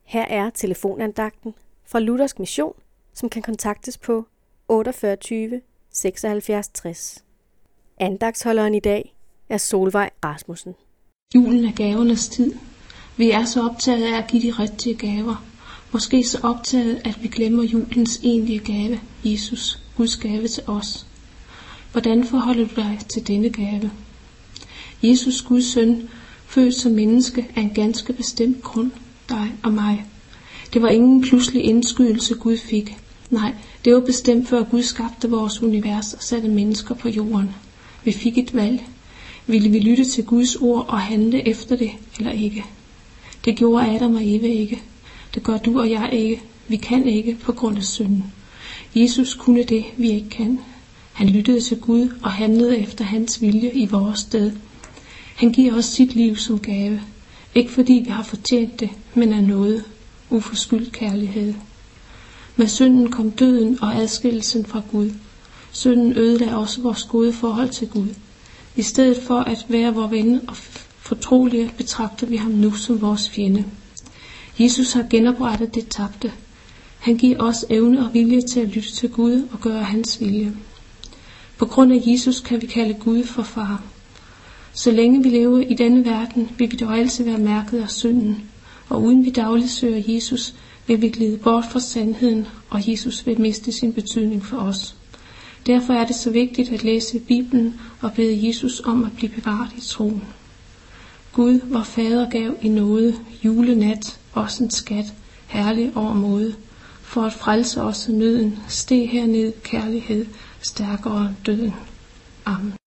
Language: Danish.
Her er telefonandagten fra Luthersk Mission, som kan kontaktes på 48 76 60. Andagtsholderen i dag er Solvej Rasmussen. Julen er gavernes tid. Vi er så optaget af at give de rigtige gaver. Måske så optaget, at vi glemmer julens egentlige gave, Jesus, Guds gave til os. Hvordan forholder du dig til denne gave? Jesus, Guds søn, født som menneske af en ganske bestemt grund, dig og mig. Det var ingen pludselig indskydelse, Gud fik. Nej, det var bestemt før Gud skabte vores univers og satte mennesker på jorden. Vi fik et valg. Ville vi lytte til Guds ord og handle efter det, eller ikke? Det gjorde Adam og Eva ikke. Det gør du og jeg ikke. Vi kan ikke på grund af synden. Jesus kunne det, vi ikke kan. Han lyttede til Gud og handlede efter hans vilje i vores sted. Han giver os sit liv som gave. Ikke fordi vi har fortjent det, men af noget. Uforskyldt kærlighed. Med synden kom døden og adskillelsen fra Gud. Synden ødelagde også vores gode forhold til Gud. I stedet for at være vores ven og fortrolige, betragter vi ham nu som vores fjende. Jesus har genoprettet det tabte. Han giver os evne og vilje til at lytte til Gud og gøre hans vilje. På grund af Jesus kan vi kalde Gud for far. Så længe vi lever i denne verden, vil vi dog altid være mærket af synden. Og uden vi dagligt søger Jesus, vil vi glide bort fra sandheden, og Jesus vil miste sin betydning for os. Derfor er det så vigtigt at læse Bibelen og bede Jesus om at blive bevaret i troen. Gud, vor Fader, gav i nåde julenat os en skat, herlig overmåde, for at frelse os af nøden, steg herned kærlighed, stærkere døden. Amen.